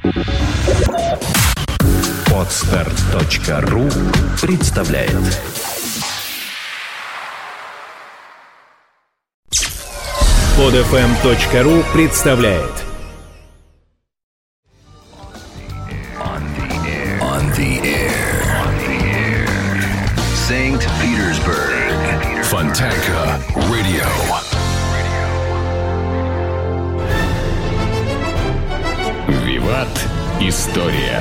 Podster.ru представляет. Podfm.ru представляет. On the air. St. Petersburg. Fontanka Radio. Виват. История.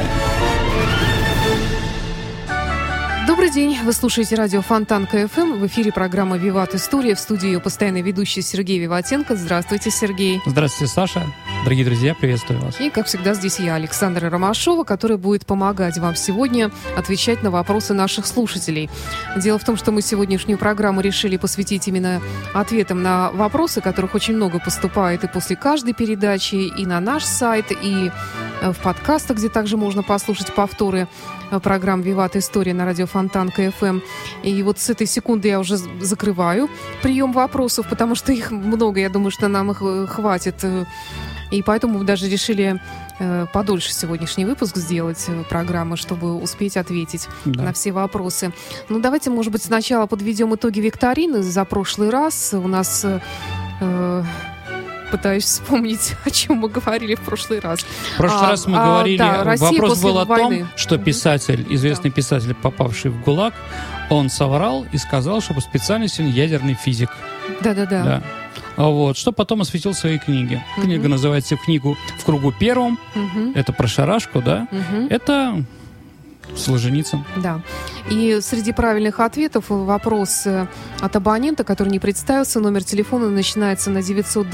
Добрый день, вы слушаете радио Фонтанка ФМ. В эфире программа «Виват. История». В студии ее постоянный ведущий Сергей Виватенко. Здравствуйте, Сергей. Здравствуйте, Саша. Дорогие друзья, приветствую вас. И, как всегда, здесь я, Александра Ромашова, которая будет помогать вам сегодня отвечать на вопросы наших слушателей. Дело в том, что мы сегодняшнюю программу решили посвятить именно ответам на вопросы, которых очень много поступает и после каждой передачи, и на наш сайт, и в подкастах, где также можно послушать повторы программ «Виват. История» на радио Фонтанка ФМ. И вот с этой секунды я уже закрываю прием вопросов, потому что их много, я думаю, что нам их хватит. И поэтому мы даже решили подольше сегодняшний выпуск сделать программы, чтобы успеть ответить на все вопросы. Ну, давайте, может быть, сначала подведем итоги викторины за прошлый раз. У нас... Пытаюсь вспомнить, о чем мы говорили в прошлый раз. В прошлый раз мы говорили, вопрос был о том, что писатель, известный писатель, попавший в ГУЛАГ, он соврал и сказал, что по специальности он ядерный физик. Да. Вот, что потом осветил в своей книге. Книга называется «В кругу первом». Это про шарашку, да? Это Солженицын. Да. И среди правильных ответов вопрос от абонента, который не представился. Номер телефона начинается на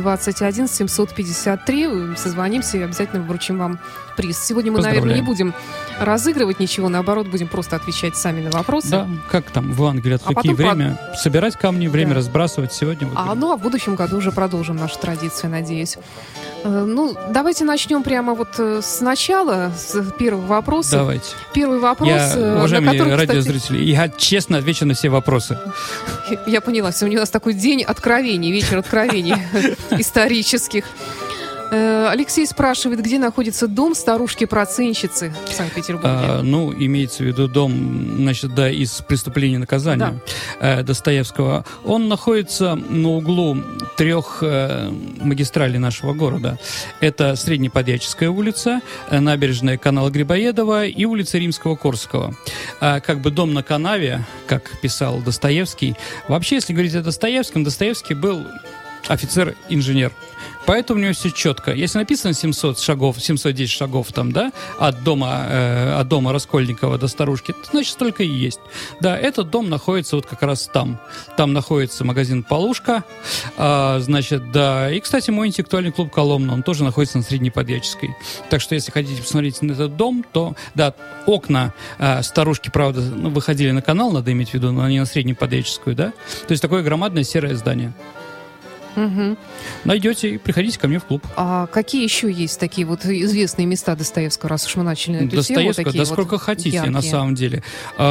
921-753. Созвонимся и обязательно вручим вам приз. Сегодня мы, наверное, не будем разыгрывать ничего, наоборот, будем просто отвечать сами на вопросы. Да, как там в Евангелии от Луки, время собирать камни, время разбрасывать. Сегодня а в будущем году уже продолжим нашу традицию, надеюсь. Ну, давайте начнем прямо вот с начала, с первого вопроса. Давайте. Первый вопрос, уважаемые радиозрители, я честно отвечу на все вопросы. Я поняла, сегодня у нас такой день откровений, вечер откровений исторических. Алексей спрашивает, где находится дом старушки-проценщицы в Санкт-Петербурге? Имеется в виду дом, из «Преступления и наказания» Достоевского. Он находится на углу 3 магистралей нашего города. Это Среднеподьяческая улица, набережная канала Грибоедова и улица Римского-Корсакова. Дом на канаве, как писал Достоевский. Вообще, если говорить о Достоевском, Достоевский был офицер-инженер. Поэтому у него все четко. Если написано 710 шагов там, да, от дома Раскольникова до Старушки, то значит столько и есть. Да, этот дом находится вот как раз там. Там находится магазин «Полушка». И, кстати, мой интеллектуальный клуб «Коломна», он тоже находится на Среднеподьяческой. Так что, если хотите посмотреть на этот дом, то, да, окна Старушки, правда, выходили на канал, надо иметь в виду, но не на Среднеподьяческую, да. То есть такое громадное серое здание. Найдете и приходите ко мне в клуб. А какие еще есть такие вот известные места Достоевского, раз уж мы начали на эту тему? Достоевского, сколько хотите, яркие. На самом деле.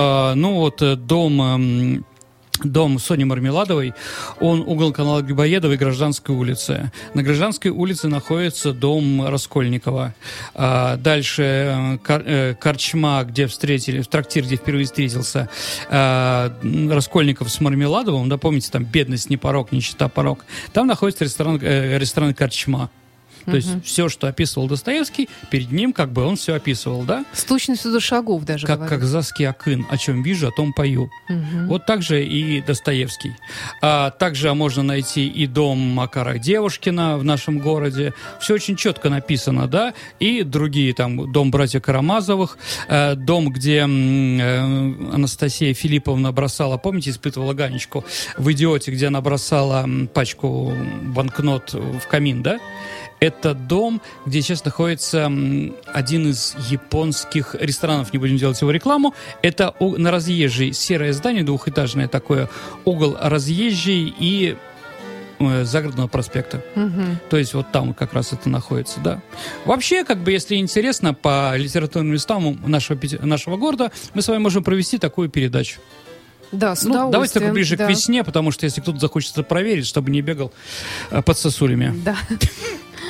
Дом Сони Мармеладовой, он угол канала Грибоедова и Гражданской улицы. На Гражданской улице находится дом Раскольникова. Дальше корчма, где трактир, где впервые встретился Раскольников с Мармеладовым. Да, помните, там бедность не порок, нищета порок. Там находится ресторан «Корчма». То есть все, что описывал Достоевский, перед ним он все описывал, да? С точностью до шагов даже говорит. Как Заски Акын, о чем вижу, о том пою. Вот так же и Достоевский. Также можно найти и дом Макара Девушкина в нашем городе. Все очень четко написано, да? И другие, там, дом братьев Карамазовых, дом, где Анастасия Филипповна бросала, помните, испытывала Ганечку в «Идиоте», где она бросала пачку банкнот в камин, да? Это дом, где сейчас находится один из японских ресторанов, не будем делать его рекламу. Это на Разъезжей серое здание, двухэтажное такое, угол Разъезжей и Загородного проспекта. То есть вот там как раз это находится, да. Вообще, если интересно по литературным местам нашего города, мы с вами можем провести такую передачу. Да, с удовольствием. Давайте только ближе к весне, потому что если кто-то захочется проверить, чтобы не бегал под сосулями. Да.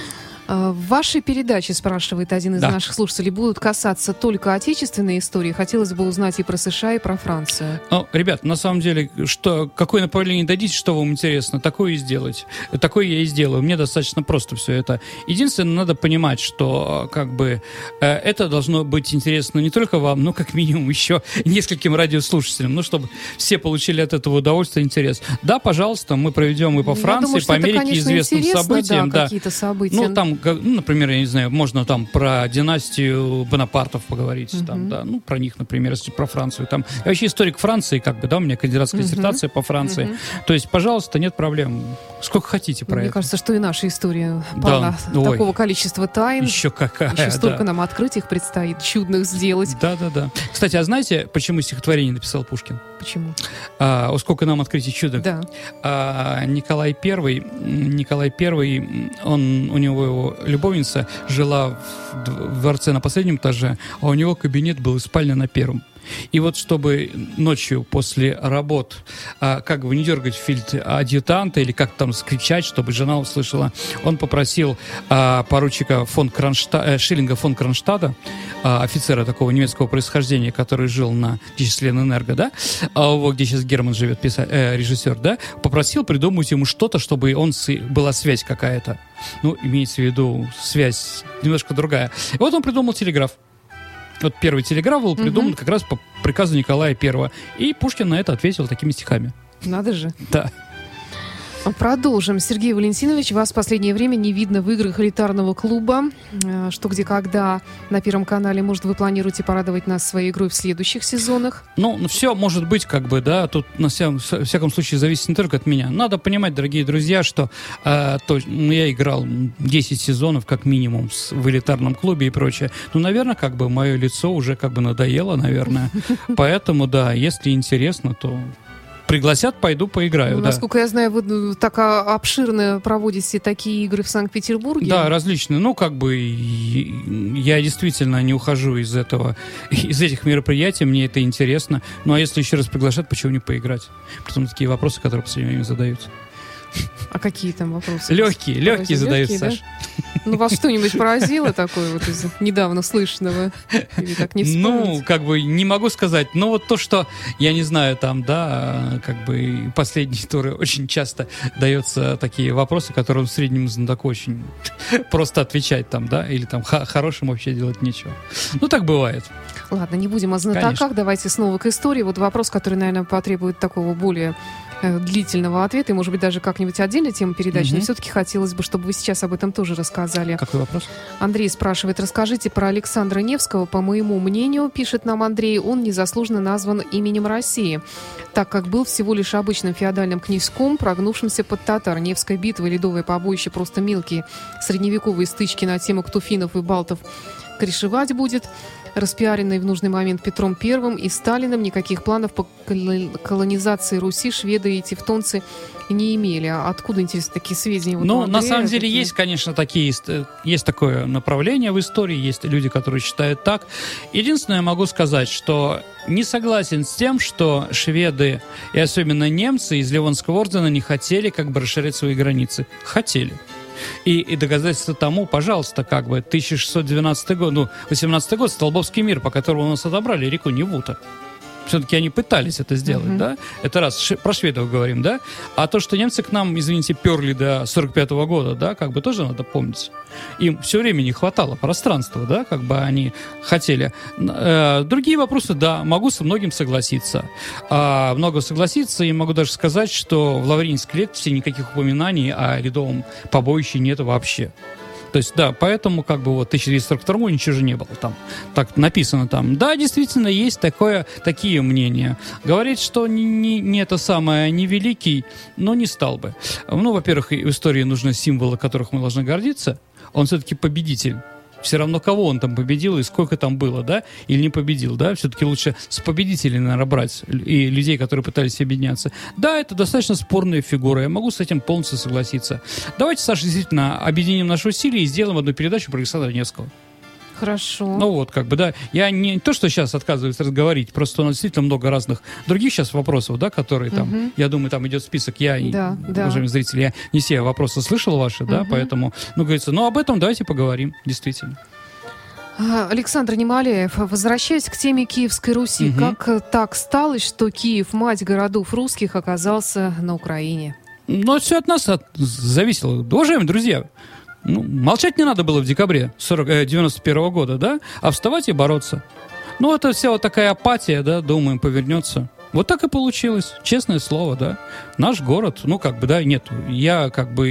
В вашей передаче, спрашивает один из наших слушателей, будут касаться только отечественной истории? Хотелось бы узнать и про США, и про Францию. Ну, ребят, на самом деле, какое направление дадите, что вам интересно, такое и сделать. Такое я и сделаю. Мне достаточно просто все это. Единственное, надо понимать, что как бы это должно быть интересно не только вам, но как минимум еще нескольким радиослушателям, ну, чтобы все получили от этого удовольствие и интерес. Да, пожалуйста, мы проведем и по Франции, по Америке, это, известным событиям. Да, какие-то события. Ну, там, например, я не знаю, можно там про династию Бонапартов поговорить, там, да, ну, про них, например, если про Францию. Там. Я вообще историк Франции, как бы, да, у меня кандидатская диссертация по Франции. То есть, пожалуйста, нет проблем. Сколько хотите про это. Мне кажется, что и наша история полна такого количества тайн. Еще какая, еще столько нам открыть их предстоит, чудных сделать. Да. Кстати, а знаете, почему стихотворение написал Пушкин? Почему? Сколько нам открытий чудок. Да. Николай I, у него его любовница жила в дворце на последнем этаже, а у него кабинет был и спальня на первом. И вот чтобы ночью после работ как бы не дергать фельдадъютанта или как-то там скричать, чтобы жена услышала, он попросил поручика Шиллинга фон Кронштадта, офицера такого немецкого происхождения, который жил на Ленэнерго, да, где сейчас Герман живет, режиссер, да, попросил придумать ему что-то, чтобы была связь какая-то. Ну, имеется в виду связь немножко другая. И вот он придумал телеграф. Вот первый телеграф был придуман как раз по приказу Николая I. И Пушкин на это ответил такими стихами. Надо же. Да. Продолжим. Сергей Валентинович, вас в последнее время не видно в играх элитарного клуба. Что, где, когда на Первом канале? Может, вы планируете порадовать нас своей игрой в следующих сезонах? Ну, все может быть, как бы, да. Тут, на всяком случае, зависит не только от меня. Надо понимать, дорогие друзья, что я играл 10 сезонов, как минимум, в элитарном клубе и прочее. Ну, наверное, как бы, мое лицо уже как бы надоело, наверное. Поэтому, да, если интересно, то... Пригласят, пойду поиграю. Ну, насколько я знаю, вы так обширно проводите такие игры в Санкт-Петербурге. Да, различные. Ну, как бы я действительно не ухожу из этих мероприятий, мне это интересно. Ну, а если еще раз приглашать, почему не поиграть? Потом такие вопросы, которые в последнее время задаются. А какие там вопросы? Легкие задаются, да? Саша. Ну, вас что-нибудь поразило такое вот из недавно слышанного? Или так не вспомните? Ну, как бы не могу сказать. Но вот то, что, я не знаю, там, да, как бы последние туры очень часто даются такие вопросы, которым среднему знатоку очень просто отвечать там, да, или там хорошим вообще делать нечего. Ну, так бывает. Ладно, не будем о знатоках. Конечно. Давайте снова к истории. Вот вопрос, который, наверное, потребует такого более длительного ответа, и, может быть, даже как-нибудь отдельной темы передачи, но все-таки хотелось бы, чтобы вы сейчас об этом тоже рассказали. Какой вопрос? Андрей спрашивает, расскажите про Александра Невского. По моему мнению, пишет нам Андрей, он незаслуженно назван именем России, так как был всего лишь обычным феодальным князьком, прогнувшимся под татар. Невская битва, ледовое побоище, просто мелкие средневековые стычки на тему, кто финнов и балтов кришевать будет, распиаренный в нужный момент Петром I и Сталиным. Никаких планов по колонизации Руси шведы и тевтонцы не имели. А откуда, интересно, такие сведения? Ну, на самом деле, есть, конечно, есть такое направление в истории, есть люди, которые считают так. Единственное, я могу сказать, что не согласен с тем, что шведы и особенно немцы из Ливонского ордена не хотели как бы расширять свои границы. Хотели. И доказательство тому, пожалуйста, как бы 1612 год, 18 год, Столбовский мир, по которому у нас отобрали реку Невута. Все-таки они пытались это сделать, да? Это раз, про шведов говорим, да? А то, что немцы к нам, извините, перли до 45-го года, да, как бы тоже надо помнить. Им все время не хватало пространства, да, как бы они хотели. Другие вопросы, да, могу со многим согласиться. Много согласиться, и могу даже сказать, что в Лавринской летописи никаких упоминаний о ледовом побоище нет вообще. То есть, да, поэтому как бы вот 1242 ничего же не было там. Так написано там. Да, действительно, есть такие мнения. Говорит, что не это самое, не великий, но не стал бы. Ну, во-первых, в истории нужны символы, которых мы должны гордиться. Он все-таки победитель. Все равно, кого он там победил и сколько там было, да, или не победил, да, все-таки лучше с победителей, наверное, брать, и людей, которые пытались объединяться. Да, это достаточно спорная фигура, я могу с этим полностью согласиться. Давайте, Саша, действительно объединим наши усилия и сделаем одну передачу про Александра Невского. Хорошо. Ну вот, как бы, да. Я не то, что сейчас отказываюсь разговаривать, просто у нас действительно много разных других сейчас вопросов, да, которые там, я думаю, там идет список. Уважаемые зрители, я не все вопросы слышал ваши, да, поэтому, говорится, об этом давайте поговорим, действительно. Александр Немоляев, возвращаясь к теме Киевской Руси, как так сталось, что Киев, мать городов русских, оказался на Украине? Все от нас зависело. Уважаемые друзья, молчать не надо было в декабре 91 года, да, а вставать и бороться. Это вся вот такая апатия, да, думаем, повернется. Вот так и получилось, честное слово, да. Наш город, нет, я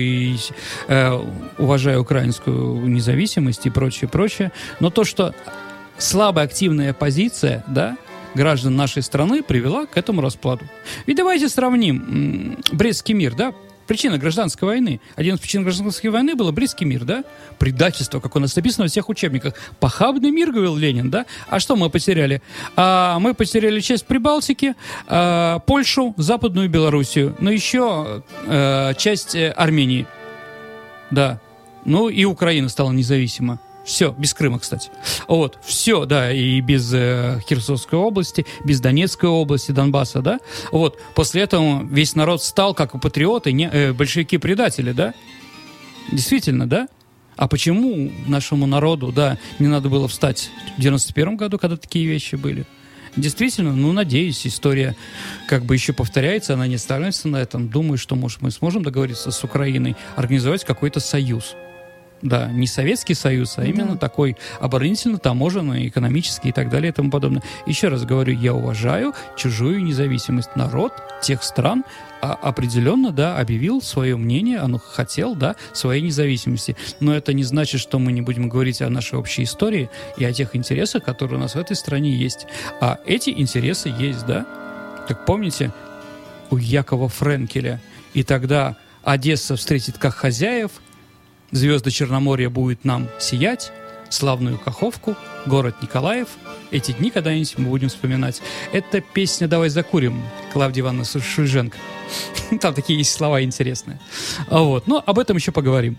уважаю украинскую независимость и прочее, но то, что слабая активная позиция, да, граждан нашей страны привела к этому распаду. И давайте сравним Брестский мир, да. Причина гражданской войны. Один из причин гражданской войны было Брестский мир, да? Предательство, как у нас написано во всех учебниках. Похабный мир, говорил Ленин, да? А что мы потеряли? Мы потеряли часть Прибалтики, Польшу, Западную Белоруссию, но еще часть Армении. Да. И Украина стала независима. Все, без Крыма, кстати. Вот, все, да, и без Херсонской области, без Донецкой области, Донбасса, да. Вот, после этого весь народ стал, как патриоты, большевики-предатели, да. Действительно, да. А почему нашему народу, да, не надо было встать в 91 году, когда такие вещи были? Действительно, надеюсь, история еще повторяется, она не останется на этом. Думаю, что, может, мы сможем договориться с Украиной, организовать какой-то союз. Да, не Советский Союз, а именно такой оборонительно-таможенный, экономический и так далее и тому подобное. Еще раз говорю, я уважаю чужую независимость. Народ тех стран определенно, да, объявил свое мнение, он хотел, да, своей независимости. Но это не значит, что мы не будем говорить о нашей общей истории и о тех интересах, которые у нас в этой стране есть. А эти интересы есть, да. Как помните, у Якова Френкеля. И тогда Одесса встретит как хозяев, звезды Черноморья будут нам сиять, славную Каховку, город Николаев. Эти дни когда-нибудь мы будем вспоминать. Это песня «Давай закурим» Клавдии Ивановны Шульженко. Там такие есть слова интересные. Об этом еще поговорим.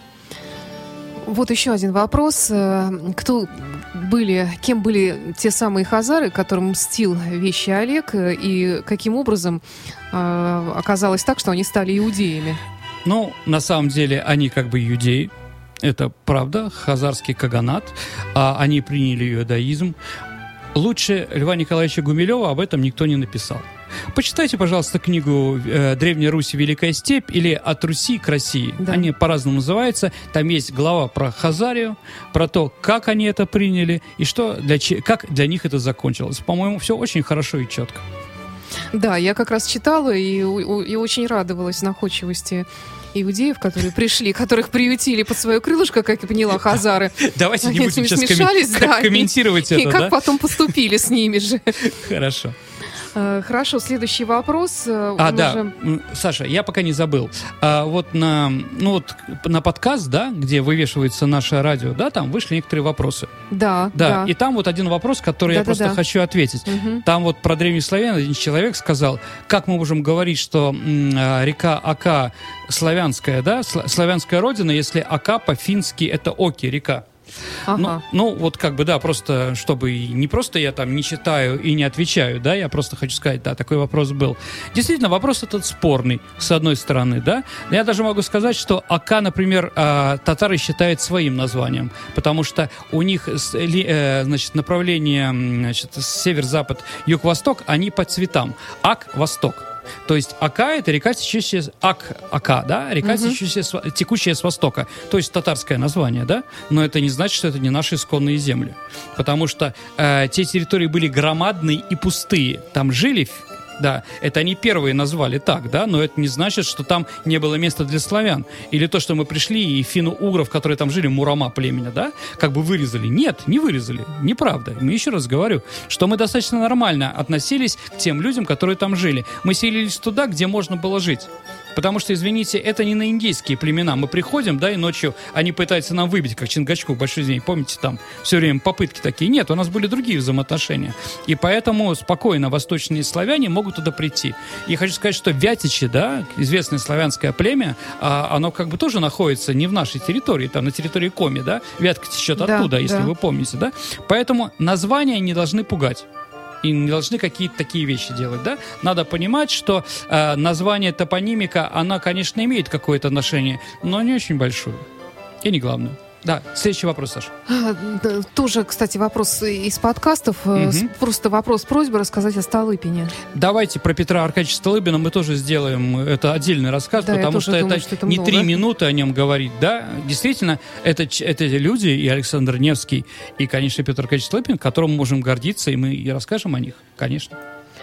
Вот еще один вопрос. Кем были те самые хазары, которым мстил вещий Олег, и каким образом оказалось так, что они стали иудеями? На самом деле, они иудеи. Это правда, хазарский каганат. Они приняли иудаизм. Лучше Льва Николаевича Гумилева об этом никто не написал. Почитайте, пожалуйста, книгу «Древняя Русь и Великая степь» или «От Руси к России». Да. Они по-разному называются. Там есть глава про Хазарию, про то, как они это приняли и как для них это закончилось. По-моему, все очень хорошо и четко. Да, я как раз читала и очень радовалась находчивости иудеев, которые пришли, которых приютили под свое крылышко, как я поняла, хазары. Давайте не будем сейчас комментировать это, и как потом поступили с ними же. Хорошо. Хорошо, следующий вопрос. Саша, я пока не забыл. На подкаст, да, где вывешивается наше радио, да, там вышли некоторые вопросы. Да. И там один вопрос, который я просто хочу ответить. Угу. Там про древних славян один человек сказал, как мы можем говорить, что река Ока славянская, да, славянская родина, если Ока по-фински это Оки, река. Ага. Просто, чтобы не просто я там не читаю и не отвечаю, да, я просто хочу сказать, да, такой вопрос был. Действительно, вопрос этот спорный, с одной стороны, да. Я даже могу сказать, что Ока, например, татары считают своим названием, потому что у них, направление, север-запад, юг-восток, они по цветам. Ак-восток. То есть Ока — это река, текущая текущая с востока. То есть татарское название, да? Но это не значит, что это не наши исконные земли. Потому что те территории были громадные и пустые. Там жили... Да, это они первые назвали так, да, но это не значит, что там не было места для славян. Или то, что мы пришли, и финно-угров, которые там жили, Мурама племя, да, вырезали. Нет, не вырезали, неправда. Еще раз говорю, что мы достаточно нормально относились к тем людям, которые там жили. Мы селились туда, где можно было жить. Потому что, извините, это не на индейские племена. Мы приходим, да, и ночью они пытаются нам выбить, как Чингачгук, большой день. Помните, там все время попытки такие? Нет, у нас были другие взаимоотношения. И поэтому спокойно восточные славяне могут туда прийти. И хочу сказать, что вятичи, да, известное славянское племя, оно как бы тоже находится не в нашей территории, там на территории Коми, да, Вятка течет оттуда, если вы помните, да. Поэтому названия не должны пугать. И не должны какие-то такие вещи делать, да? Надо понимать, что название топонимика, она, конечно, имеет какое-то отношение, но не очень большое. И не главное. Да, следующий вопрос, Саша. Тоже, кстати, вопрос из подкастов. Просто вопрос-просьба рассказать о Столыпине. Давайте про Петра Аркадьевича Столыпина мы тоже сделаем это отдельный рассказ, да, потому что думаю, это не много. 3 минуты о нем говорить. Да? Действительно, это люди, и Александр Невский, и, конечно, Петр Аркадьевич Столыпин, которым мы можем гордиться, и мы и расскажем о них, конечно.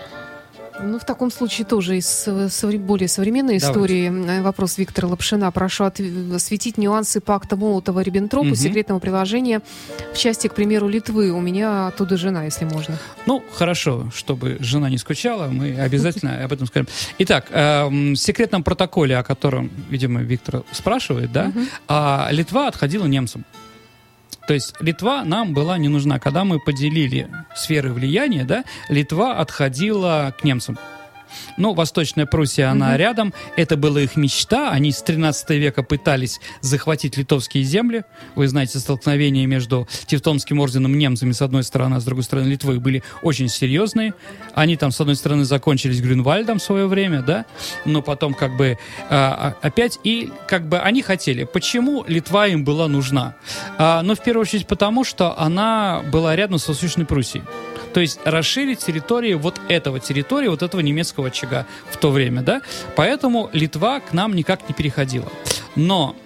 Ну, в таком случае тоже из более современной истории вопрос Виктора Лапшина. Прошу осветить нюансы пакта Молотова-Риббентропа, секретного приложения в части, к примеру, Литвы. У меня оттуда жена, если можно. Ну, хорошо, чтобы жена не скучала, мы обязательно об этом скажем. Итак, в секретном протоколе, о котором, видимо, Виктор спрашивает, да, Литва отходила немцам. То есть Литва нам была не нужна. Когда мы поделили сферы влияния, да, Литва отходила к немцам. Ну, Восточная Пруссия, она рядом. Это была их мечта. Они с 13 века пытались захватить литовские земли. Вы знаете, столкновения между Тевтонским орденом и немцами с одной стороны, а с другой стороны Литвой были очень серьезные. Они там, с одной стороны, закончились Грюнвальдом в свое время, да, но потом как бы опять, и как бы они хотели. Почему Литва им была нужна? Ну, в первую очередь, потому что она была рядом с Восточной Пруссией. То есть расширить территорию вот этого немецкого очага в то время, да. Поэтому Литва к нам никак не переходила. Но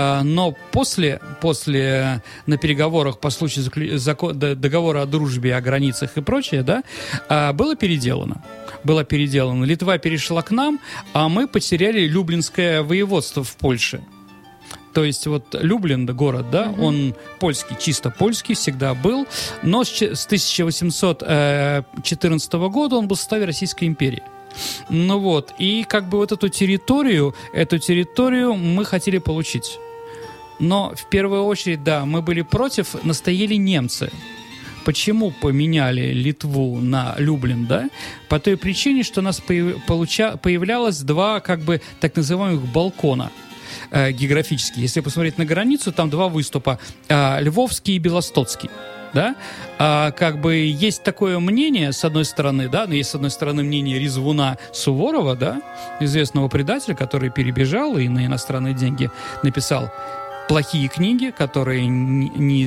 после на переговорах по случаю договора о дружбе, о границах и прочее, да, было переделано. Литва перешла к нам, а мы потеряли Люблинское воеводство в Польше. То есть вот Люблин, город, да, он польский, чисто польский всегда был, но с 1814 года он был в составе Российской империи. Ну вот, и как бы вот эту территорию мы хотели получить. Но в первую очередь, да, мы были против, настояли немцы. Почему поменяли Литву на Люблин, да? По той причине, что у нас появлялось 2, как бы, так называемых балкона географические. Если посмотреть на границу, там 2 выступа, Львовский и Белостоцкий. Да? Как бы есть такое мнение, с одной стороны, да, но есть, с одной стороны, мнение Резвуна Суворова, да, известного предателя, который перебежал и на иностранные деньги написал плохие книги, которые не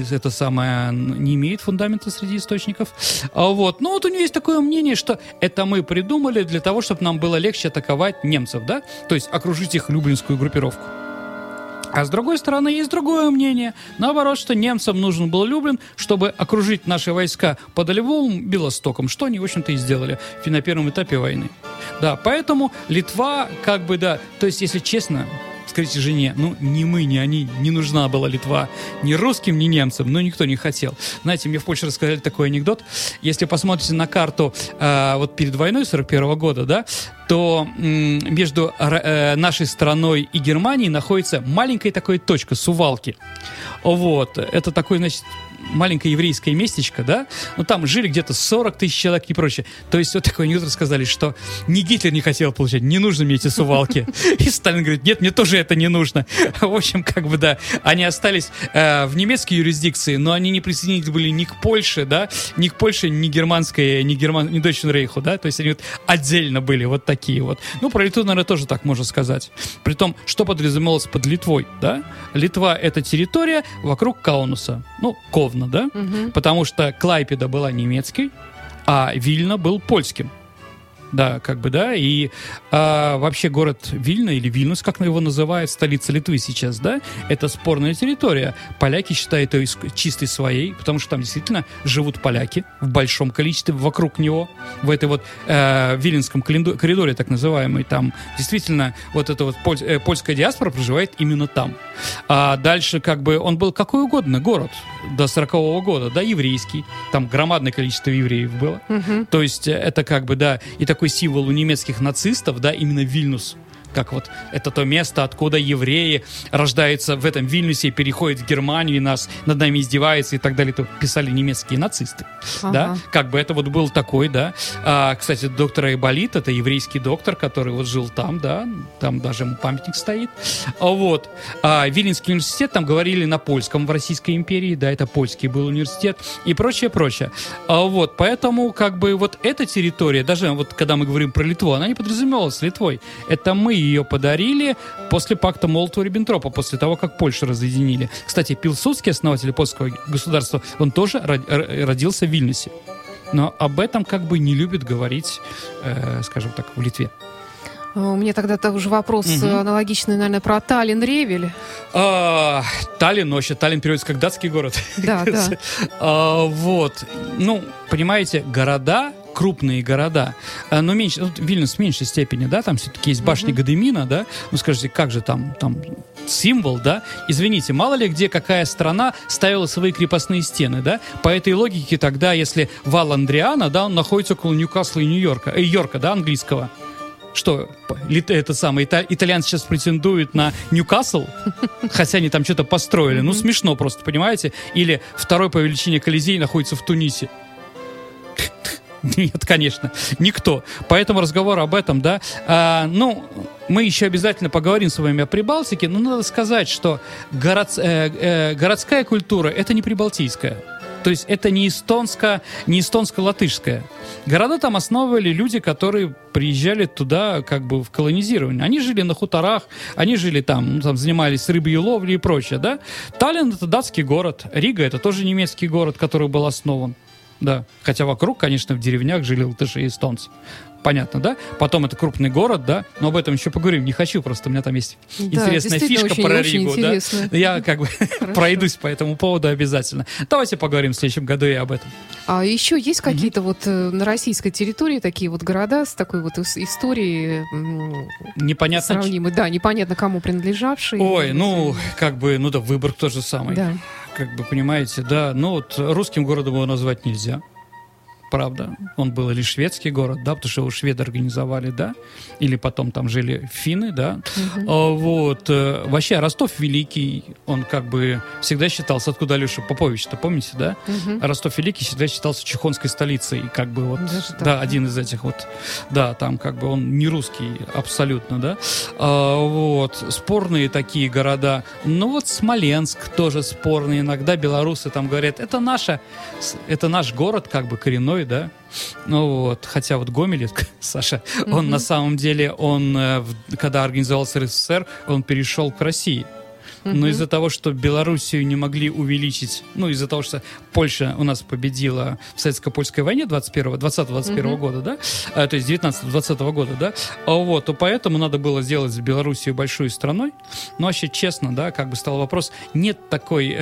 имеют фундамента среди источников. Вот. Но вот у него есть такое мнение, что это мы придумали для того, чтобы нам было легче атаковать немцев, да, то есть окружить их люблинскую группировку. А с другой стороны, есть другое мнение. Наоборот, что немцам нужен был Люблин, чтобы окружить наши войска под Львовом, Белостоком, что они, в общем-то, и сделали на первом этапе войны. Да, поэтому Литва, как бы, да, то есть, если честно, скажите жене, ну, ни мы, ни они, не нужна была Литва ни русским, ни немцам, но никто не хотел. Знаете, мне в Польше рассказали такой анекдот. Если посмотрите на карту вот перед войной 41 года, да, то между нашей страной и Германией находится маленькая такая точка, Сувалки. Вот. Это такой, значит, маленькое еврейское местечко, да, но там жили где-то 40 тысяч человек и прочее. То есть вот такой анекдот рассказали, что ни Гитлер не хотел получать, не нужно мне эти Сувалки. И Сталин говорит, нет, мне тоже это не нужно. В общем, как бы, да, они остались в немецкой юрисдикции, но они не присоединились были ни к Польше, да, ни к Польше, ни германской, ни Deutschen Reichу, да, то есть они вот отдельно были вот такие вот. Ну, про Литву, наверное, тоже так можно сказать. Притом, что подразумевалось под Литвой, да? Литва — это территория вокруг Каунаса, ну, Ковна, да? Потому что Клайпеда была немецкой, а Вильна был польским. Да, как бы, да, и вообще город Вильна, или Вильнюс, как его называют, столица Литвы сейчас, да, это спорная территория. Поляки считают ее чистой своей, потому что там действительно живут поляки в большом количестве вокруг него, в этой вот Виленском коридоре, так называемый, там действительно вот эта вот польская диаспора проживает именно там. А дальше, как бы, он был какой угодно город до 40-го года, да, еврейский, там громадное количество евреев было, то есть это как бы, да, и такой символ у немецких нацистов, да, именно Вильнюс. как вот это то место, откуда евреи рождаются в этом Вильнюсе и переходят в Германию, и над нами издеваются и так далее, то писали немецкие нацисты, да, как бы это вот был такой, да. Кстати, доктор Айболит, это еврейский доктор, который вот жил там, да, там даже ему памятник стоит, вот. Виленский университет, там говорили на польском в Российской империи, да, это польский был университет и прочее. Вот, поэтому как бы вот эта территория, даже вот когда мы говорим про Литву, она не подразумевалась Литвой. Это мы ее подарили после пакта Молотова-Риббентропа, после того, как Польшу разъединили. Кстати, Пилсудский, основатель польского государства, он тоже родился в Вильнюсе. Но об этом как бы не любят говорить, скажем так, в Литве. У меня тогда тоже вопрос аналогичный, наверное, про Таллин-Ревель. Таллин, но вообще Таллин переводится как датский город. Да, да. Вот. Ну, понимаете, города, крупные города, но меньше, вот Вильнюс в меньшей степени, да, там все-таки есть башня Гадемина, да, ну скажите, как же там символ, да, извините, мало ли где какая страна ставила свои крепостные стены, да, по этой логике тогда, если вал Андриана, да, он находится около Ньюкасла и Йорка, да, английского. Что, это самое, итальянцы сейчас претендуют на Ньюкасл, хотя они там что-то построили. Ну, смешно просто, понимаете? Или второй по величине Колизей находится в Тунисе. Нет, конечно, никто. Поэтому разговор об этом, да. Ну, мы еще обязательно поговорим с вами о Прибалтике, но надо сказать, что городская культура — это не прибалтийская. То есть это не эстонско-латышская. Города там основывали люди, которые приезжали туда как бы в колонизирование. Они жили на хуторах, они жили там, ну, там занимались рыбьей ловлей и прочее, да. Таллин — это датский город, Рига — это тоже немецкий город, который был основан. Да, хотя вокруг, конечно, в деревнях жили латыши и эстонцы. Понятно, да? Потом это крупный город, да? Но об этом еще поговорим. Не хочу, просто у меня там есть интересная фишка про Ригу, да? Я как бы пройдусь по этому поводу обязательно. Давайте поговорим в следующем году и об этом. А еще есть какие-то вот на российской территории такие вот города с такой вот историей непонятно сравнимой, да, непонятно кому принадлежавшие. Ой, ну, как бы, ну да, Выборг тот же самый. Да. Как бы, понимаете, да. Ну, вот русским городом его назвать нельзя. Правда, он был или шведский город, да, потому что его шведы организовали, да, или потом там жили финны, да, вот, вообще Ростов Великий, он как бы всегда считался, откуда Алеша Попович-то, помните, да, Ростов Великий всегда считался чехонской столицей, как бы вот, да, один из этих вот, да, там как бы он не русский абсолютно, да, вот, спорные такие города, ну вот Смоленск тоже спорный, иногда белорусы там говорят, это наш город, как бы коренной, да, ну вот, хотя вот Гомель, Саша, он на самом деле, он, когда организовался РСФСР, он перешел к России. Но из-за того, что Белоруссию не могли увеличить, ну, из-за того, что Польша у нас победила в советско-польской войне 20-21 года, да, то есть 19-20 года, да, вот, то поэтому надо было сделать Белоруссию большой страной. Но вообще, честно, да, как бы стал вопрос, нет такой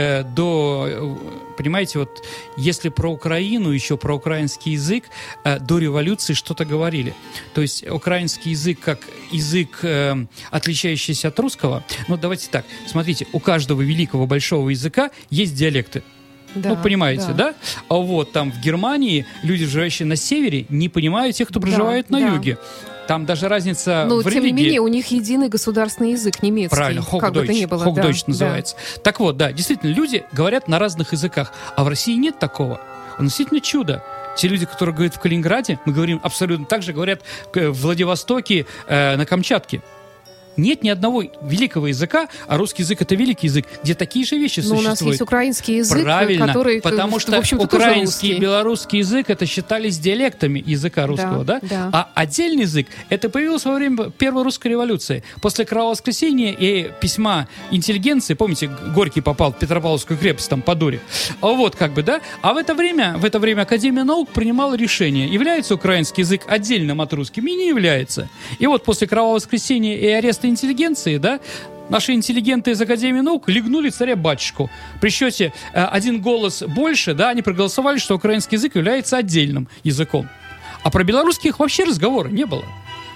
понимаете, вот, если про Украину, еще про украинский язык, до революции что-то говорили. То есть украинский язык как язык, отличающийся от русского, ну, давайте так, смотрите, у каждого великого большого языка есть диалекты. Да, ну, понимаете, да? А вот там в Германии люди, живущие на севере, не понимают тех, кто проживает на юге. Там даже разница в религии. Но, тем не менее, у них единый государственный язык, немецкий. Правильно, Хохдойч называется. Да. Так вот, да, действительно, люди говорят на разных языках, а в России нет такого. Он действительно чудо. Те люди, которые говорят в Калининграде, мы говорим абсолютно так же, говорят в Владивостоке, на Камчатке. Нет ни одного великого языка, а русский язык — это великий язык, где такие же вещи существуют. Но у нас есть украинский язык, который, потому что украинский и белорусский язык — это считались диалектами языка русского, да? А отдельный язык — это появился во время Первой русской революции. После Кровавого воскресенья и письма интеллигенции, помните, Горький попал в Петропавловскую крепость, там, по дуре. Вот как бы, да? А в это время Академия наук принимала решение, является украинский язык отдельным от русского и не является. И вот после Кровавого воскресенья и ареста интеллигенции, да, наши интеллигенты из Академии наук легнули царя-батюшку. При счете один голос больше, да, они проголосовали, что украинский язык является отдельным языком. А про белорусских вообще разговора не было.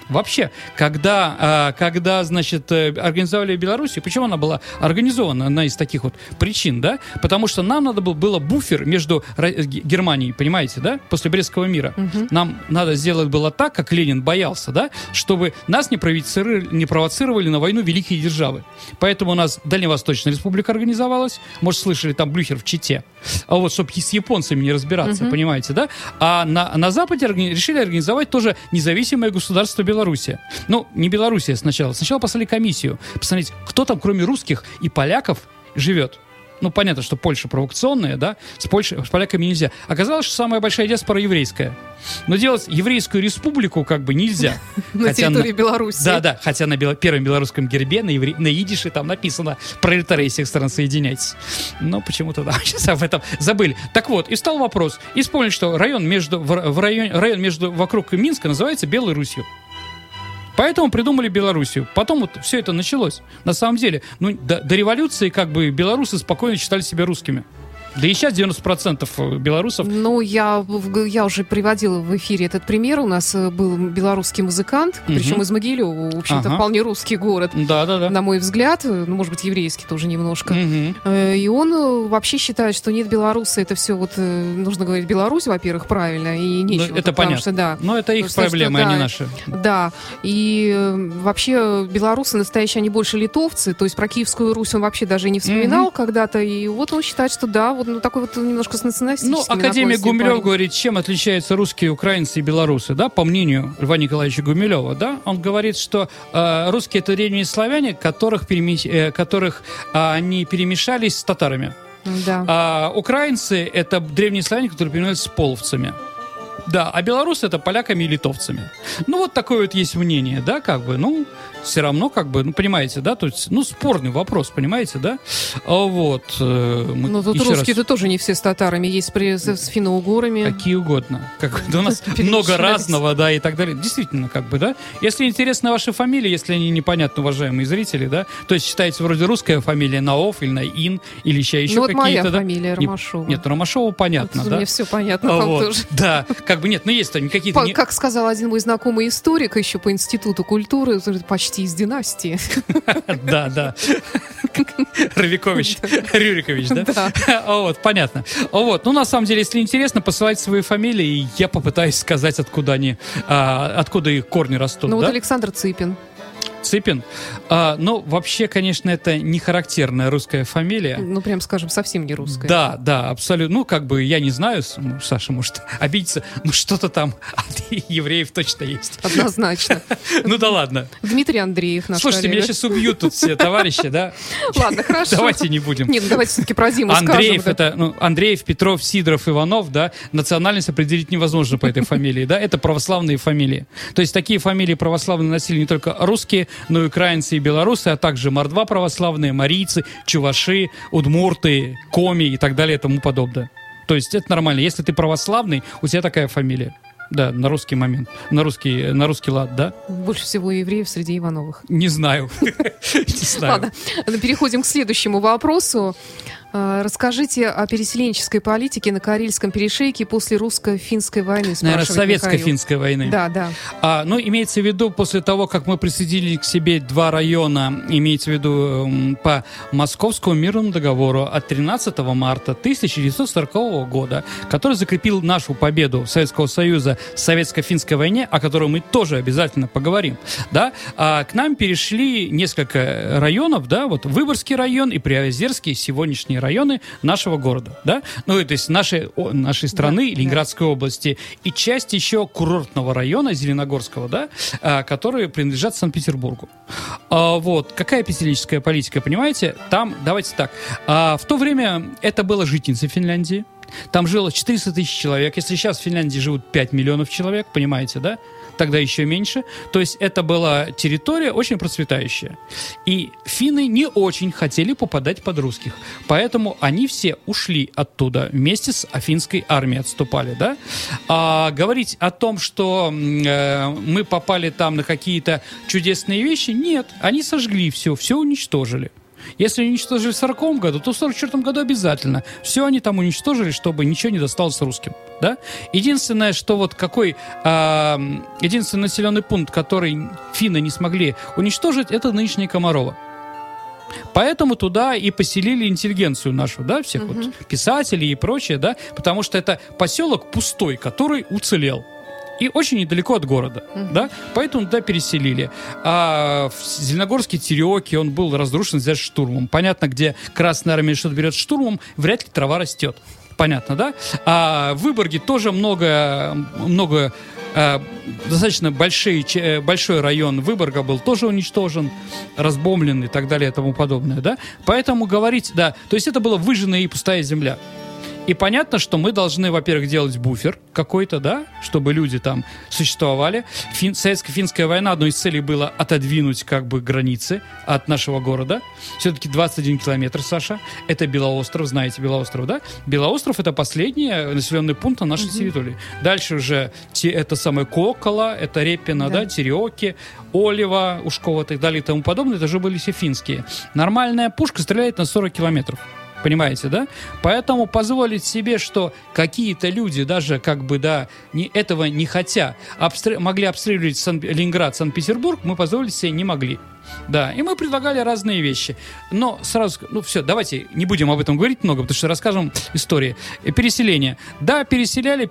Вообще, когда значит, организовали Белоруссию, почему она была организована, одна из таких вот причин, да? Потому что нам надо было буфер между Германией, понимаете, да? После Брестского мира. Нам надо сделать было так, как Ленин боялся, да? Чтобы нас не провоцировали на войну великие державы. Поэтому у нас Дальневосточная республика организовалась. Может, слышали, там Блюхер в Чите. А вот, чтобы с японцами не разбираться, понимаете, да? А на Западе решили организовать тоже независимое государство Белоруссия. Ну, не Белоруссия сначала. Сначала послали комиссию посмотреть, кто там, кроме русских и поляков, живет. Ну, понятно, что Польша провокационная, да? С поляками нельзя. Оказалось, что самая большая диаспора еврейская. Но делать еврейскую республику как бы нельзя. На территории Беларуси. Да, хотя на первом белорусском гербе, на идише там написано «Пролетарии всех стран, соединяйтесь». Но почему-то, да, сейчас об этом забыли. Так вот, и встал вопрос. И вспомнили, что район вокруг Минска называется Белой Русью. Поэтому придумали Белоруссию. Потом вот все это началось. На самом деле, до революции как бы белорусы спокойно считали себя русскими. Да и сейчас 90% белорусов... Ну, я уже приводила в эфире этот пример. У нас был белорусский музыкант, причем из Могилева, в общем-то, вполне русский город. Да. На мой взгляд, может быть, еврейский тоже немножко. И он вообще считает, что нет, белорусы, это все вот, нужно говорить Беларусь, во-первых, правильно, и нечего. Это понятно. Что, да, но это их проблемы, а не наши. Да, и вообще белорусы настоящие, они больше литовцы, то есть про Киевскую Русь он вообще даже и не вспоминал когда-то, и вот он считает, что да, вот такой вот немножко с националистическими академик Гумилев парень говорит, чем отличаются русские, украинцы и белорусы, да, по мнению Льва Николаевича Гумилева, да, он говорит, что русские — это древние славяне, которых они перемешались с татарами. Да. А украинцы — это древние славяне, которые перемешались с половцами. Да, а белорусы — это поляками и литовцами. Ну, вот такое вот есть мнение, да, как бы, все равно, как бы, понимаете, да, то есть, спорный вопрос, понимаете, да, вот. Тут русские-то тоже не все с татарами, есть с финно-угорами. Какие угодно, у нас много разного, да, и так далее. Действительно, как бы, да, если интересны ваши фамилии, если они непонятны, уважаемые зрители, да, то есть считаете вроде русская фамилия на Ов или на Ин, или еще какие-то, да. моя фамилия Ромашова. Нет, Ромашова понятно, вот да. Мне все понятно, вам тоже. Да, как бы нет, есть там какие-то... Как сказал один мой знакомый историк еще по Институту культуры, почти из династии. Да. Рюрикович, да? Вот, понятно. Вот, на самом деле, если интересно, посылайте свои фамилии, и я попытаюсь сказать, откуда их корни растут. Вот Александр Цыпин. Цыпин. Вообще, конечно, это не характерная русская фамилия. Прям скажем, совсем не русская. Да, абсолютно. Я не знаю, Саша может обидеться, что-то там от евреев точно есть. Однозначно. Да ладно. Дмитрий Андреев, наш Слушайте, коллега. меня сейчас убьют тут все товарищи, да? Ладно, хорошо. Давайте не будем. Нет, давайте все-таки про зиму Андреев, скажем. это, Андреев, Петров, Сидоров, Иванов, да, национальность определить невозможно по этой фамилии, да, это православные фамилии. То есть такие фамилии православные носили не только русские, но и украинцы и белорусы, а также мордва православные, марийцы, чуваши, удмурты, коми и так далее и тому подобное. То есть это нормально. Если ты православный, у тебя такая фамилия. Да, на русский момент, на русский лад, да? Больше всего евреев среди Ивановых. Не знаю. Ладно, переходим к следующему вопросу. Расскажите о переселенческой политике на Карельском перешейке после русско-финской войны. Наверное, советско-финской войны. Да. Имеется в виду, после того, как мы присоединили к себе 2 района, имеется в виду по Московскому мирному договору от 13 марта 1940 года, который закрепил нашу победу Советского Союза в советско-финской войне, о которой мы тоже обязательно поговорим, да, к нам перешли несколько районов, да, вот Выборгский район и Приозерский, сегодняшние районы нашего города, да, то есть нашей страны, да, Ленинградской области, и часть еще курортного района Зеленогорского, да, которые принадлежат Санкт-Петербургу. Вот. Какая переселенческая политика, понимаете? Там, давайте так, в то время это было житница Финляндии, там жило 400 тысяч человек, если сейчас в Финляндии живут 5 миллионов человек, понимаете, да? Тогда еще меньше. То есть это была территория очень процветающая. И финны не очень хотели попадать под русских. Поэтому они все ушли оттуда. Вместе с финской армией отступали, да? Говорить о том, что мы попали там на какие-то чудесные вещи, нет. Они сожгли все уничтожили. Если уничтожили в 1940 году, то в 1944 году обязательно. Все они там уничтожили, чтобы ничего не досталось русским. да? Единственное, что вот единственный населенный пункт, который финны не смогли уничтожить, это нынешнее Комарово. Поэтому туда и поселили интеллигенцию нашу, да, всех вот писателей и прочее, да, потому что это поселок пустой, который уцелел. И очень недалеко от города, да, поэтому туда переселили. А в Зеленогорске Тереоке он был разрушен, взят штурмом. Понятно, где Красная Армия что-то берет штурмом, вряд ли трава растет. Понятно, да? А в Выборге тоже достаточно большой район Выборга был тоже уничтожен, разбомблен и так далее и тому подобное, да? Поэтому говорить, да, то есть это была выжженная и пустая земля. И понятно, что мы должны, во-первых, делать буфер какой-то, да, чтобы люди там существовали. Советско-финская война, одной из целей было отодвинуть как бы границы от нашего города. Все-таки 21 километр, Саша. Это Белоостров, знаете Белоостров, да? Белоостров — это последний населенный пункт на нашей территории. Дальше уже это самое Кокола, это Репино, да, Тереоки, Олево, Ушково и так далее и тому подобное. Это уже были все финские. Нормальная пушка стреляет на 40 километров. Понимаете, да? Поэтому позволить себе, что какие-то люди даже как бы, да, этого не хотя, могли обстреливать Ленинград, Санкт-Петербург, мы позволить себе не могли. Да, и мы предлагали разные вещи. Но сразу, все, давайте не будем об этом говорить много, потому что расскажем истории. Переселение. Да, переселяли,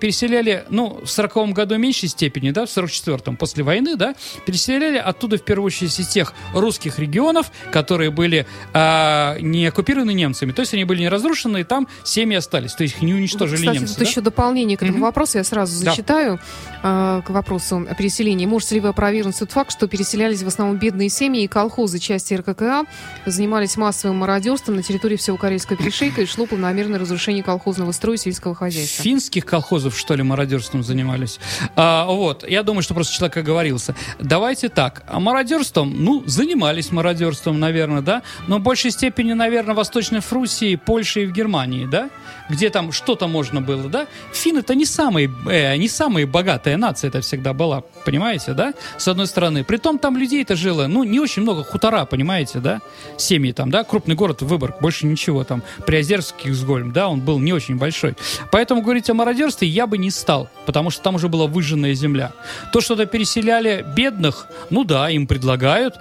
в 40-м году в меньшей степени, да, в 44-м, после войны, да, переселяли оттуда, в первую очередь, из тех русских регионов, которые были не оккупированы немцами, то есть они были не разрушены, и там семьи остались, то есть их не уничтожили немцы. Кстати, тут еще дополнение к этому вопросу, я сразу зачитаю к вопросу о переселении. Можете ли вы опровергнуть тот факт, что переселялись в основном бедные семьи и колхозы, части РККА, занимались массовым мародерством на территории всего Карельского перешейка и шло планомерное разрушение колхозного строя и сельского хозяйства? Финских колхозов, что ли, мародерством занимались? Я думаю, что просто человек оговорился. Давайте так, мародерством, занимались мародерством, наверное, да, но в большей степени, наверное, в Восточной Пруссии, Польше и в Германии, да, где там что-то можно было, да. Финны-то не самая богатая нация это всегда была, понимаете, да, с одной стороны. Притом там людей-то жило, не очень много, хутора, понимаете, да, семьи там, да, крупный город Выборг, больше ничего там, Приозерск, Киксгольм, да, он был не очень большой. Поэтому говорить о мародерстве я бы не стал, потому что там уже была выжженная земля. То, что-то переселяли бедных, им предлагают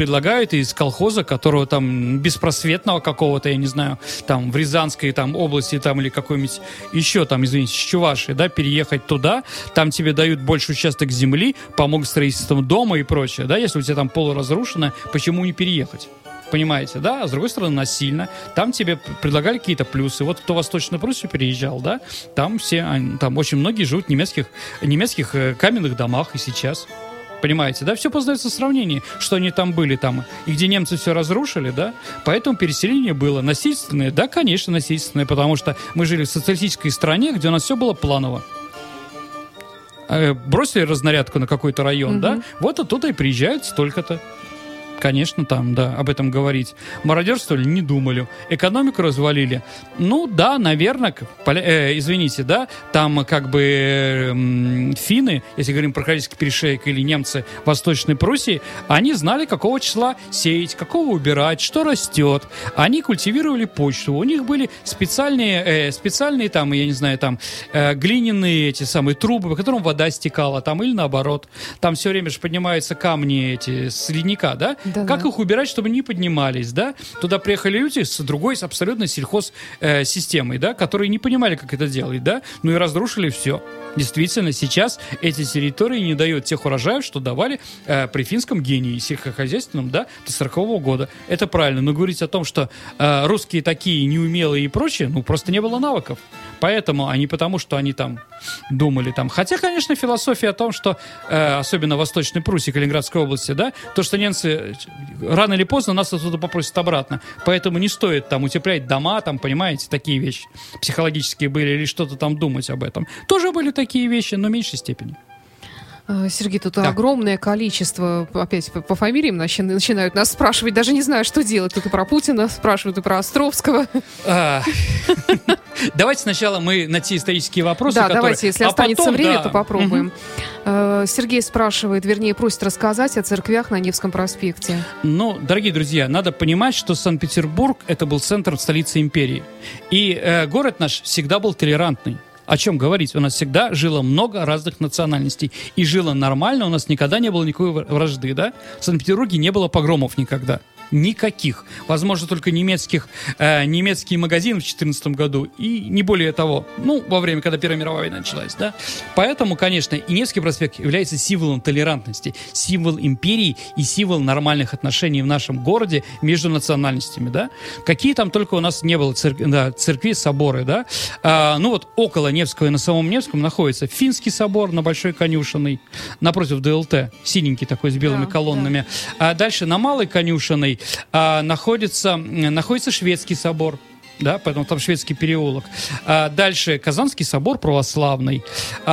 из колхоза, которого там беспросветного какого-то, я не знаю, там в Рязанской там области там или какой-нибудь еще там, извините, Чувашии, да, переехать туда, там тебе дают больше участок земли, помогут строительством дома и прочее, да, если у тебя там полуразрушено, почему не переехать? Понимаете, да? А с другой стороны, насильно. Там тебе предлагали какие-то плюсы. Вот кто в Восточную Пруссию переезжал, да, там очень многие живут в немецких каменных домах и сейчас. Понимаете, да? Все познается в сравнении, что они там были, там, и где немцы все разрушили, да? Поэтому переселение было насильственное. Да, конечно, насильственное, потому что мы жили в социалистической стране, где у нас все было планово. Бросили разнарядку на какой-то район, да? Вот оттуда и приезжают столько-то. Конечно, там, да, об этом говорить. Мародерствовали, не думали. Экономику развалили. Да, наверное, извините, да, там как бы финны, если говорим про Карельский перешеек или немцы Восточной Пруссии, они знали, какого числа сеять, какого убирать, что растет. Они культивировали почву. У них были специальные там, я не знаю, там, глиняные эти самые трубы, по которым вода стекала, там, или наоборот. Там все время же поднимаются камни эти с ледника, да? Как их убирать, чтобы не поднимались, да? Туда приехали люди с другой, с абсолютно сельхозсистемой, да, которые не понимали, как это делать, да? И разрушили все. Действительно, сейчас эти территории не дают тех урожаев, что давали при финском гении сельскохозяйственном, да, до 40-го года. Это правильно. Но говорить о том, что русские такие неумелые и прочее, просто не было навыков. Поэтому, а не потому, что они там думали там. Хотя, конечно, философия о том, что, особенно в Восточной Пруссии, Калининградской области, да, то, что немцы рано или поздно нас оттуда попросят обратно. Поэтому не стоит там утеплять дома, там, понимаете, такие вещи психологические были, или что-то там думать об этом. Тоже были такие вещи, но в меньшей степени. Сергей, тут огромное количество, опять по фамилиям начинают нас спрашивать, даже не знаю, что делать. Тут и про Путина спрашивают, и про Островского. Давайте сначала мы на те исторические вопросы, которые... давайте, если останется время, то попробуем. Сергей спрашивает, вернее, просит рассказать о церквях на Невском проспекте. Дорогие друзья, надо понимать, что Санкт-Петербург — это был центр столицы империи. И город наш всегда был толерантный. О чем говорить? У нас всегда жило много разных национальностей. И жило нормально, у нас никогда не было никакой вражды, да? В Санкт-Петербурге не было погромов никогда. Никаких. Возможно, только немецкий магазин в 2014 году и не более того. Ну, во время, когда Первая мировая война началась, да. Поэтому, конечно, и Невский проспект является символом толерантности, символ империи и символ нормальных отношений в нашем городе между национальностями, да. Какие там только у нас не было церкви, соборы, да. Ну вот около Невского и на самом Невском находится Финский собор на Большой Конюшенной, напротив ДЛТ, синенький такой с белыми колоннами. Да. А дальше на Малой Конюшенной находится Шведский собор, да, поэтому там Шведский переулок. Дальше Казанский собор православный,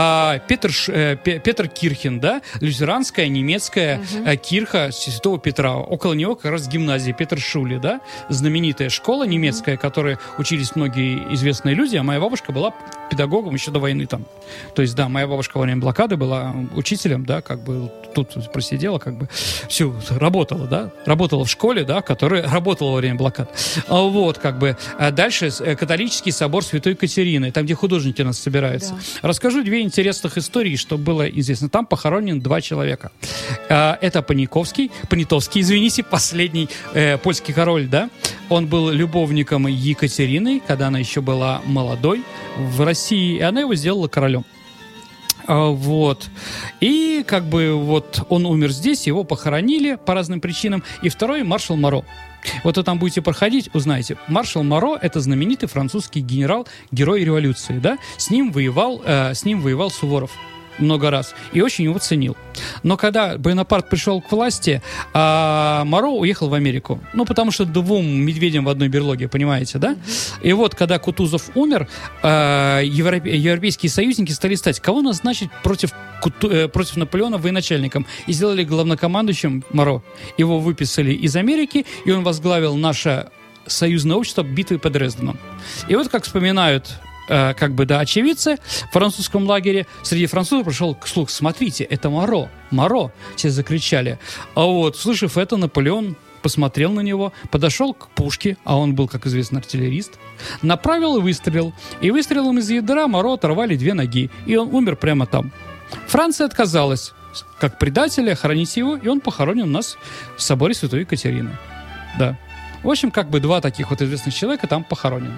Петр Кирхен, да, лютеранская немецкая кирха Святого Петра. Около него как раз гимназия Петершуле, да, знаменитая школа немецкая, в которой учились многие известные люди, а моя бабушка была педагогом еще до войны там. То есть, да, моя бабушка во время блокады была учителем, да, как бы тут просидела, как бы всю работала, да, работала в школе, да, которая работала во время блокады. Вот, как бы. Дальше католический собор Святой Екатерины, там, где художники у нас собираются. Да. Расскажу две интересных истории, чтобы было известно. Там похоронен 2 человека. Это Понятовский, извините, последний польский король, да. Он был любовником Екатерины, когда она еще была молодой в России, и она его сделала королем. Вот. И как бы вот он умер здесь, его похоронили по разным причинам. И второй — маршал Моро. Вот вы там будете проходить, узнаете. Маршал Моро — это знаменитый французский генерал, герой революции, да? С ним воевал Суворов много раз и очень его ценил. Но когда Бонапарт пришел к власти, Моро уехал в Америку. Ну, потому что 2 медведям в одной берлоге, понимаете, да? И вот, когда Кутузов умер, европейские союзники стали искать, кого назначить против Наполеона военачальником. И сделали главнокомандующим Моро. Его выписали из Америки, и он возглавил наше союзное общество битвы под Дрезденом. И вот, как вспоминают как бы, да, очевидцы в французском лагере, среди французов пришел слух: смотрите, это Моро, Моро, все закричали. А вот, услышав это, Наполеон посмотрел на него, подошел к пушке, а он был, как известно, артиллерист, направил и выстрелил. И выстрелом из ядра Моро оторвали 2 ноги, и он умер прямо там. Франция отказалась, как предателя, хоронить его, и он похоронен у нас в соборе Святой Екатерины. Да. В общем, как бы 2 таких вот известных человека там похоронены.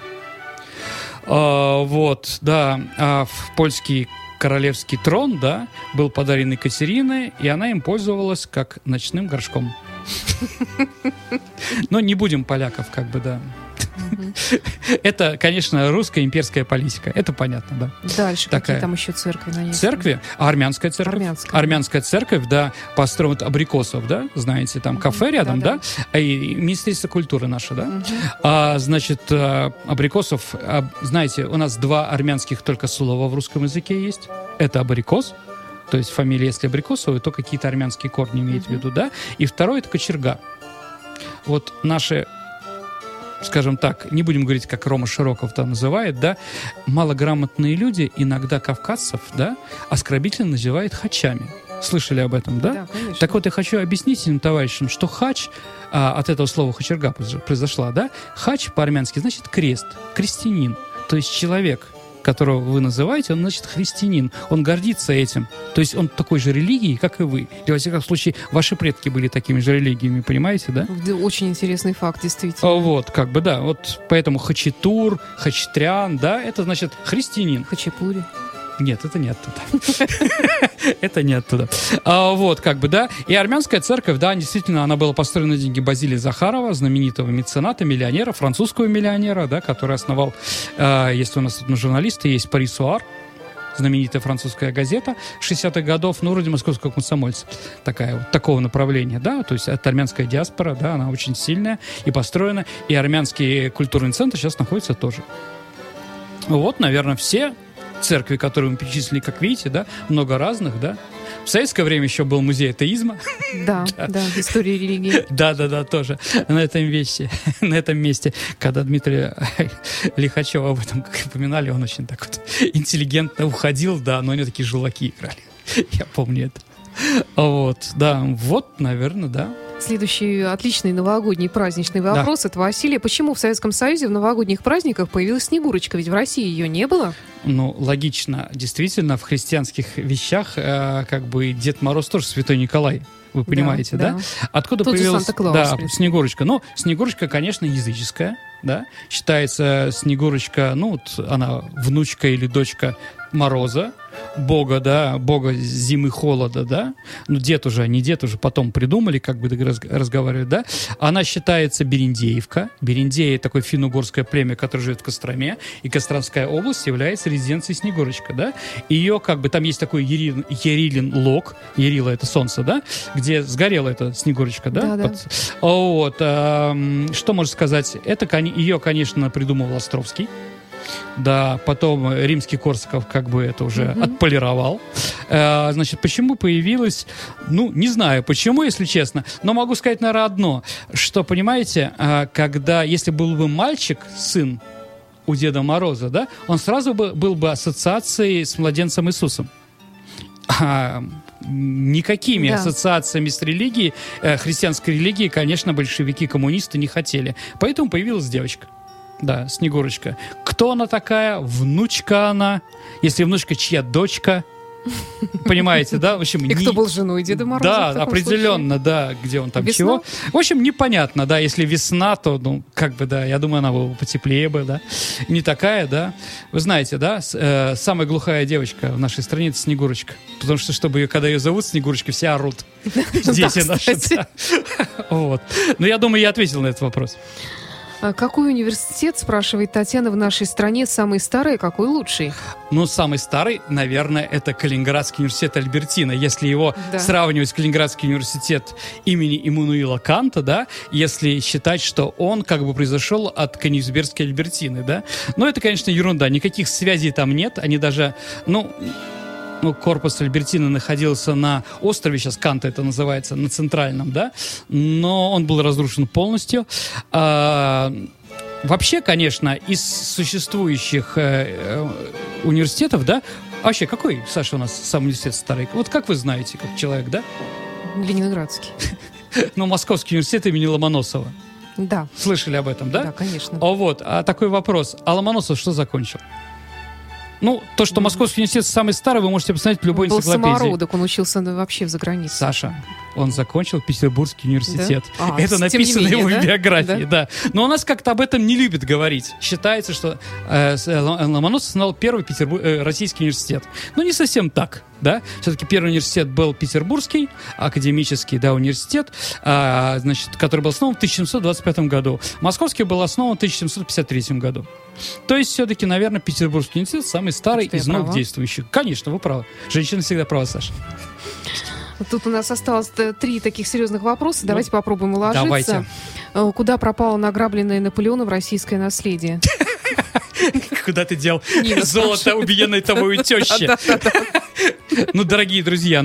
Вот, да, в польский королевский трон, да, был подарен Екатерине, и она им пользовалась как ночным горшком. Но не будем поляков, как бы, да. Это, конечно, русская имперская политика. Это понятно, да. Дальше какие там еще церкви на Церкви? Армянская церковь. Армянская церковь, да, построена от Абрикосов, да, знаете, там кафе рядом, да, и Министерство культуры наше, да. Значит, Абрикосов, знаете, у нас 2 армянских только слова в русском языке есть. Это Абрикос, то есть фамилия, если Абрикосова, то какие-то армянские корни имеет в виду, да. И второе — это Кочерга. Вот наши, скажем так, не будем говорить, как Рома Широков там называет, да, малограмотные люди, иногда кавказцев, да, оскорбительно называют хачами. Слышали об этом, да? Да, конечно. Так вот, я хочу объяснить этим товарищам, что хач, от этого слова хачерга произошла, да, хач по-армянски значит крест, крестьянин, то есть человек, которого вы называете, он, значит, христианин. Он гордится этим. То есть он такой же религии, как и вы. Или, во всяком случае, ваши предки были такими же религиями, понимаете, да? Очень интересный факт, действительно. Вот, как бы, да. Вот поэтому хачатур, хачатрян, да, это значит христианин. Хачапури. Нет, это не оттуда. Это не оттуда. Вот, как бы, да. И армянская церковь, да, действительно, она была построена на деньги Базилия Захарова, знаменитого мецената, миллионера, французского миллионера, да, который основал, если у нас тут журналисты есть, Пари-Суар, знаменитая французская газета 60-х годов, ну, вроде московского комсомольца, такого направления, да, то есть это армянская диаспора, да, она очень сильная и построена, и армянский культурный центр сейчас находится тоже. Вот, наверное, все церкви, которые мы перечислили, как видите, да, много разных, да. В советское время еще был музей атеизма. Да, история религии. Да, тоже. На этом месте, когда Дмитрия Лихачева об этом упоминали, он очень так вот интеллигентно уходил, да, но у него такие желаки играли. Я помню это. Вот, да, вот, наверное, да. Следующий отличный новогодний праздничный вопрос от Василия. Почему в Советском Союзе в новогодних праздниках появилась Снегурочка? Ведь в России ее не было. Ну, логично. Действительно, в христианских вещах как бы Дед Мороз тоже Святой Николай. Вы понимаете, да? Откуда Тут появилась Снегурочка? Ну, Снегурочка, конечно, языческая, да? Считается Снегурочка, ну, вот она внучка или дочка Мороза, бога, да, бога зимы, холода, да. Ну, дед уже потом придумали, как бы разговаривать, да. Она считается берендеевка. Берендеи — такое финно-угорское племя, которое живет в Костроме, и Костромская область является резиденцией Снегурочка, да. Ее, как бы, там есть такой Ярилин лог, Ярила — это солнце, да, где сгорела эта Снегурочка, да. Да. Вот. Что можно сказать? Ее, конечно, придумал Островский. Да, потом Римский-Корсаков как бы это уже отполировал. Значит, почему появилась... Ну, не знаю, почему, если честно. Но могу сказать, наверное, одно. Что, понимаете, если был бы мальчик, сын у Деда Мороза, да, он сразу был бы ассоциацией с младенцем Иисусом. Никакими ассоциациями с религией, христианской религией, конечно, большевики, коммунисты не хотели. Поэтому появилась девочка. Да, Снегурочка. Кто она такая? Внучка она. Если внучка, чья дочка? Понимаете, да? В общем, кто был женой Деда Мороза? Да, определенно, да, где он там, весна? чего. В общем, непонятно, да, если весна, то, ну, как бы, да, я думаю, она была потеплее бы, да. Не такая, да. Вы знаете, да, самая глухая девочка в нашей стране — это Снегурочка. Потому что, когда ее зовут Снегурочка, все орут. Дети наши, да. Вот. Но я думаю, я ответил на этот вопрос. Какой университет, спрашивает Татьяна, в нашей стране самый старый, какой лучший? Ну, самый старый, наверное, это Калининградский университет Альбертина. Если его сравнивать с Калининградский университет имени Иммануила Канта, да, если считать, что он как бы произошел от Кёнигсбергской Альбертины, да. Но это, конечно, ерунда. Никаких связей там нет. Они даже, корпус Альбертины находился на острове, сейчас Канта это называется, на центральном, да, но он был разрушен полностью. Вообще, конечно, из существующих университетов, да, вообще, какой, Саша, у нас сам университет старый? Вот как вы знаете, как человек, да? Ленинградский. Ну, Московский университет имени Ломоносова. Да. Слышали об этом, да? Да, конечно. Такой вопрос. А Ломоносов что закончил? Ну, то, что Московский университет самый старый, вы можете посмотреть в любой энциклопедии. Он был самородок, он учился вообще за границей. Саша, он закончил Петербургский университет. Да? Это написано в его биографии, да. Но у нас как-то об этом не любят говорить. Считается, что Ломоносов основал первый российский университет. Но не совсем так, да. Все-таки первый университет был Петербургский, академический, да, университет, который был основан в 1725 году. Московский был основан в 1753 году. То есть, все-таки, наверное, Петербургский университет самый старый из новых действующих. Конечно, вы правы. Женщина всегда права, Саша. Тут у нас осталось 3 таких серьезных вопроса. Давайте попробуем уложиться. Давайте. Куда пропало награбленное Наполеоном российское наследие? Куда ты дел золото, убиенной тобой тещи? Ну, дорогие друзья,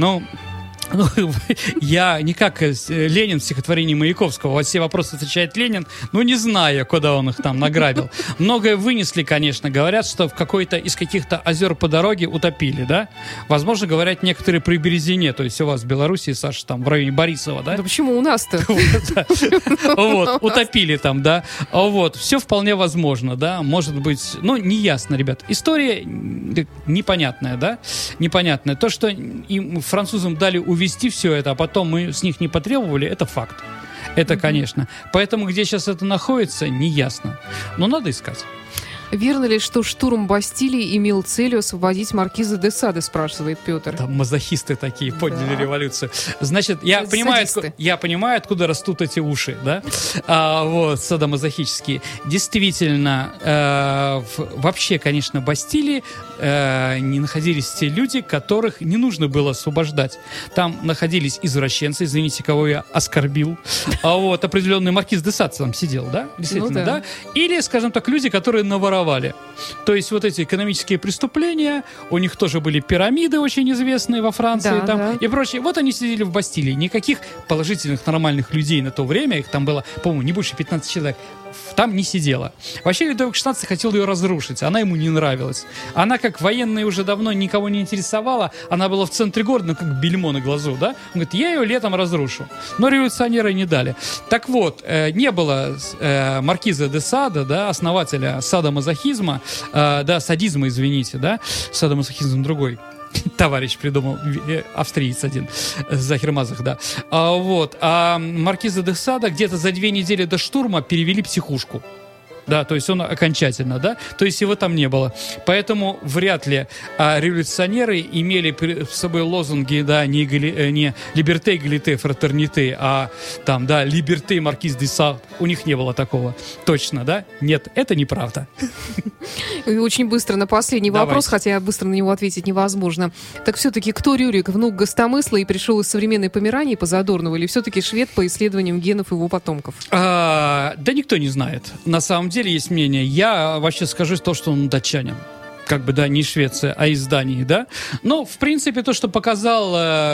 я не как Ленин в стихотворении Маяковского. Вот все вопросы отвечает Ленин, не знаю, куда он их там награбил. Многое вынесли, конечно. Говорят, что в какой-то из каких-то озер по дороге утопили, да? Возможно, говорят некоторые при Березине. То есть у вас в Беларуси, Саша, там в районе Борисова, да? Да почему у нас-то? Вот, утопили там, да? Вот, все вполне возможно, да? Может быть, неясно, ребят. История непонятная, да? Непонятная. То, что им французам дали увести все это, а потом мы с них не потребовали, это факт. Это, конечно. Поэтому где сейчас это находится, неясно. Но надо искать. Верно ли, что штурм Бастилии имел целью освободить маркиза де Саде, спрашивает Петр. Там мазохисты такие подняли революцию. Значит, я понимаю, откуда растут эти уши, да? Садомазохические. Действительно, вообще, конечно, Бастилии не находились те люди, которых не нужно было освобождать. Там находились извращенцы, извините, кого я оскорбил. Определенный маркиз де Сад там сидел, да? Действительно, да? Или, скажем так, люди, которые наворовали. То есть вот эти экономические преступления, у них тоже были пирамиды очень известные во Франции и прочее. Вот они сидели в Бастилии. Никаких положительных, нормальных людей на то время, их там было, по-моему, не больше 15 человек, там не сидела. Вообще Людовик XVI хотел ее разрушить, она ему не нравилась. Она как военная уже давно никого не интересовала, она была в центре города, как бельмо на глазу, да? Он говорит, я ее летом разрушу. Но революционеры не дали. Так вот, не было маркиза де Сада, да, основателя садомазохизма, садизма, извините, да, садомазохизм другой. Товарищ придумал, австриец один, Захир Мазах, да. А маркиза де Сада где-то за 2 недели до штурма перевели в психушку. Да, то есть он окончательно, да, то есть его там не было. Поэтому вряд ли революционеры имели с собой лозунги, да, не «Либерте, эгалите, фратерните», а там, да, «Либерте, маркиз де Сад». У них не было такого. Точно, да? Нет, это неправда. Очень быстро на последний вопрос, хотя быстро на него ответить невозможно. Так все-таки кто Рюрик, внук Гостомысла и пришел из современной Померании по Задорнову, или все-таки швед по исследованиям генов его потомков? Да никто не знает. На самом деле есть мнение. Я вообще скажу то, что он датчанин. Как бы, да, не Швеция, а из Дании, да. Но, в принципе, то, что показал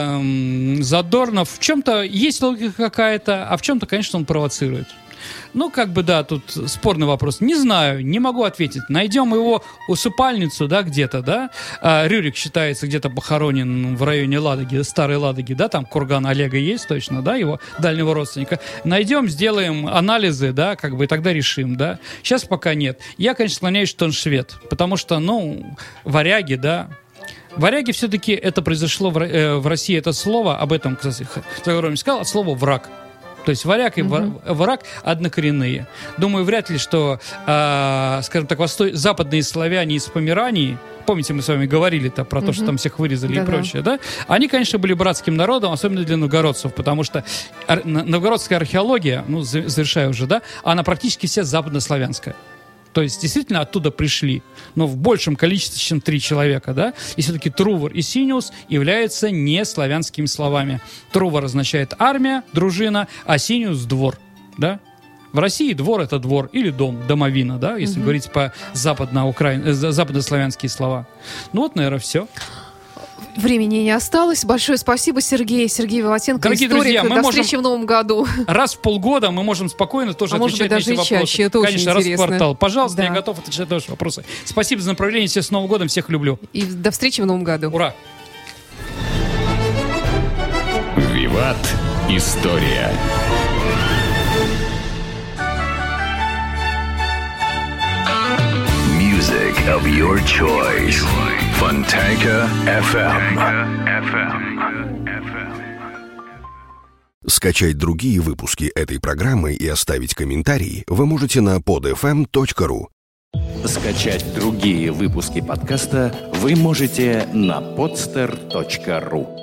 Задорнов, в чем-то есть логика какая-то, а в чем-то, конечно, он провоцирует. Ну, как бы, да, тут спорный вопрос. Не знаю, не могу ответить. Найдем его усыпальницу, да, где-то, да. Рюрик считается где-то похоронен в районе Ладоги, Старой Ладоги, да, там курган Олега есть точно, да, его дальнего родственника. Найдем, сделаем анализы, да, как бы, и тогда решим, да. Сейчас пока нет. Я, конечно, склоняюсь, что он швед, потому что, варяги, да. Варяги все-таки это произошло в России, это слово, об этом, кстати, Загорович сказал, от слова «враг». То есть варяг и враг однокоренные. Думаю, вряд ли, что, скажем так, западные славяне из Померании, помните, мы с вами говорили-то про то, что там всех вырезали и прочее, да? Они, конечно, были братским народом, особенно для новгородцев, потому что новгородская археология, завершая уже, да, она практически вся западнославянская. То есть, действительно, оттуда пришли, но в большем количестве, чем 3 человека, да? И все-таки Трувор и Синиус являются не славянскими словами. Трувор означает армия, дружина, а Синиус — двор, да? В России двор — это двор или дом, домовина, да? Если говорить по западнославянские слова. Наверное, все. Времени не осталось. Большое спасибо, Сергей. Сергей Виватенко, дорогие историк. Друзья, До встречи в Новом году. Раз в полгода мы можем спокойно тоже отвечать на эти вопросы. Чаще. Это конечно, очень интересно. Раз в квартал. Пожалуйста, я готов отвечать на ваши вопросы. Спасибо за направление. Всех с Новым годом. Всех люблю. И до встречи в Новом году. Ура! Виват. История. Music of your choice. Fontanka FM. Скачать другие выпуски этой программы и оставить комментарии вы можете на podfm.ru. Скачать другие выпуски подкаста вы можете на podster.ru.